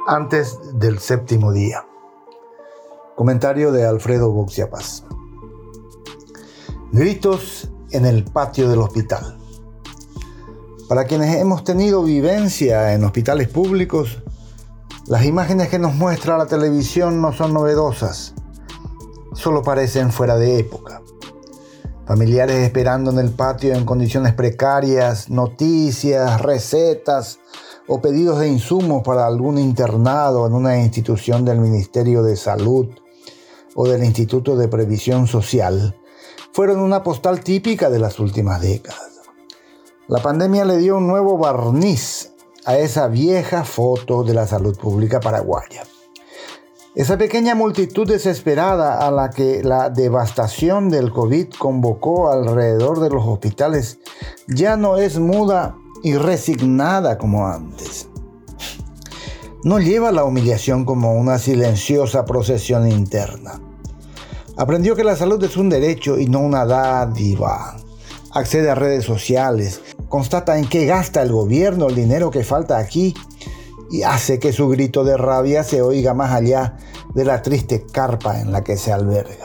antes del séptimo día. Comentario de Alfredo Boxiapaz. Gritos en el patio del hospital. Para quienes hemos tenido vivencia en hospitales públicos, las imágenes que nos muestra la televisión no son novedosas, solo parecen fuera de época. Familiares esperando en el patio en condiciones precarias, noticias, recetas o pedidos de insumos para algún internado en una institución del Ministerio de Salud o del Instituto de Previsión Social fueron una postal típica de las últimas décadas. La pandemia le dio un nuevo barniz a esa vieja foto de la salud pública paraguaya. Esa pequeña multitud desesperada a la que la devastación del COVID convocó alrededor de los hospitales ya no es muda y resignada como antes. No lleva la humillación como una silenciosa procesión interna. Aprendió que la salud es un derecho y no una dádiva. Accede a redes sociales, constata en qué gasta el gobierno el dinero que falta aquí y hace que su grito de rabia se oiga más allá de la triste carpa en la que se alberga.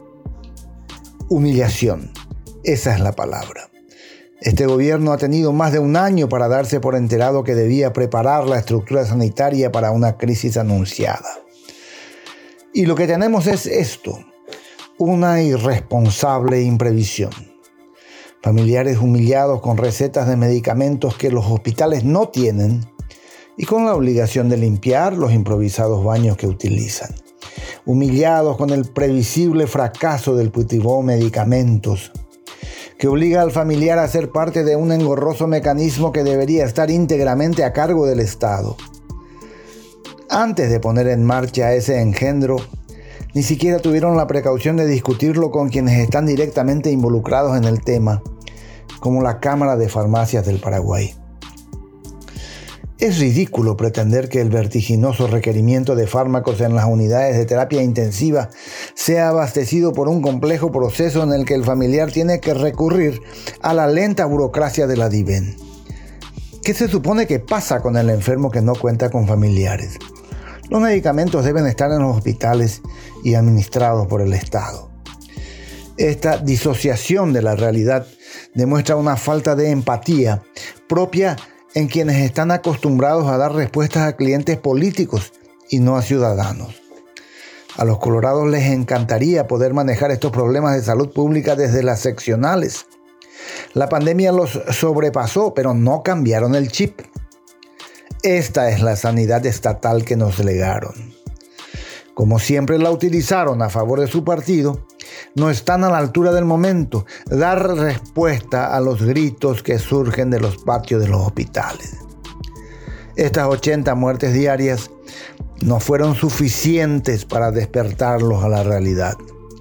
Humillación, esa es la palabra. Este gobierno ha tenido más de un año para darse por enterado que debía preparar la estructura sanitaria para una crisis anunciada. Y lo que tenemos es esto, una irresponsable imprevisión. Familiares humillados con recetas de medicamentos que los hospitales no tienen y con la obligación de limpiar los improvisados baños que utilizan. Humillados con el previsible fracaso del Putivó Medicamentos, que obliga al familiar a ser parte de un engorroso mecanismo que debería estar íntegramente a cargo del Estado. Antes de poner en marcha ese engendro, ni siquiera tuvieron la precaución de discutirlo con quienes están directamente involucrados en el tema, como la Cámara de Farmacias del Paraguay. Es ridículo pretender que el vertiginoso requerimiento de fármacos en las unidades de terapia intensiva sea abastecido por un complejo proceso en el que el familiar tiene que recurrir a la lenta burocracia de la DIVEN. ¿Qué se supone que pasa con el enfermo que no cuenta con familiares? Los medicamentos deben estar en los hospitales y administrados por el Estado. Esta disociación de la realidad demuestra una falta de empatía propia en quienes están acostumbrados a dar respuestas a clientes políticos y no a ciudadanos. A los colorados les encantaría poder manejar estos problemas de salud pública desde las seccionales. La pandemia los sobrepasó, pero no cambiaron el chip. Esta es la sanidad estatal que nos legaron. Como siempre la utilizaron a favor de su partido, no están a la altura del momento dar respuesta a los gritos que surgen de los patios de los hospitales. Estas 80 muertes diarias no fueron suficientes para despertarlos a la realidad.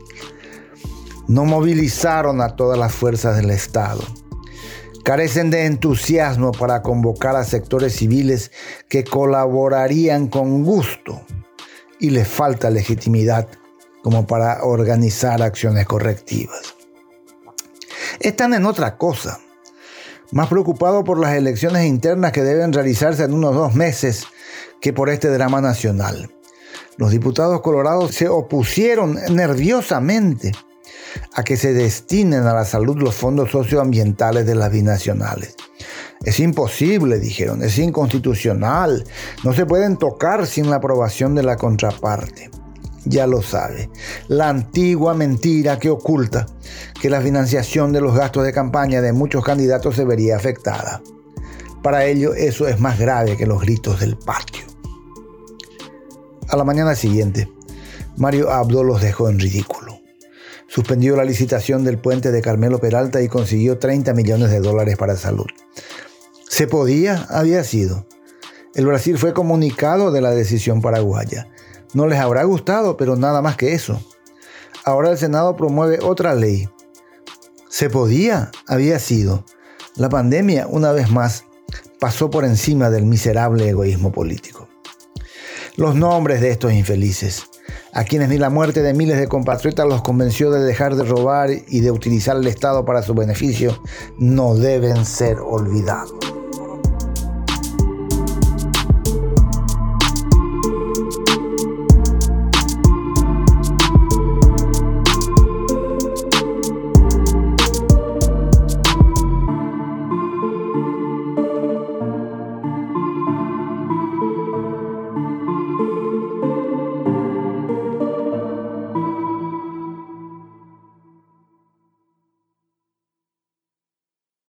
No movilizaron a todas las fuerzas del Estado. Carecen de entusiasmo para convocar a sectores civiles que colaborarían con gusto y les falta legitimidad como para organizar acciones correctivas. Están en otra cosa, más preocupados por las elecciones internas que deben realizarse en unos 2 meses que por este drama nacional. Los diputados colorados se opusieron nerviosamente a que se destinen a la salud los fondos socioambientales de las binacionales. Es imposible, dijeron, es inconstitucional, no se pueden tocar sin la aprobación de la contraparte. Ya lo sabe, la antigua mentira que oculta que la financiación de los gastos de campaña de muchos candidatos se vería afectada. Para ello, eso es más grave que los gritos del patio. A la mañana siguiente, Mario Abdo los dejó en ridículo. Suspendió la licitación del puente de Carmelo Peralta y consiguió $30 millones para salud. ¿Se podía? Había sido. El Brasil fue comunicado de la decisión paraguaya. No les habrá gustado, pero nada más que eso. Ahora el Senado promueve otra ley. ¿Se podía? Había sido. La pandemia, una vez más, pasó por encima del miserable egoísmo político. Los nombres de estos infelices, a quienes ni la muerte de miles de compatriotas los convenció de dejar de robar y de utilizar el Estado para su beneficio, no deben ser olvidados.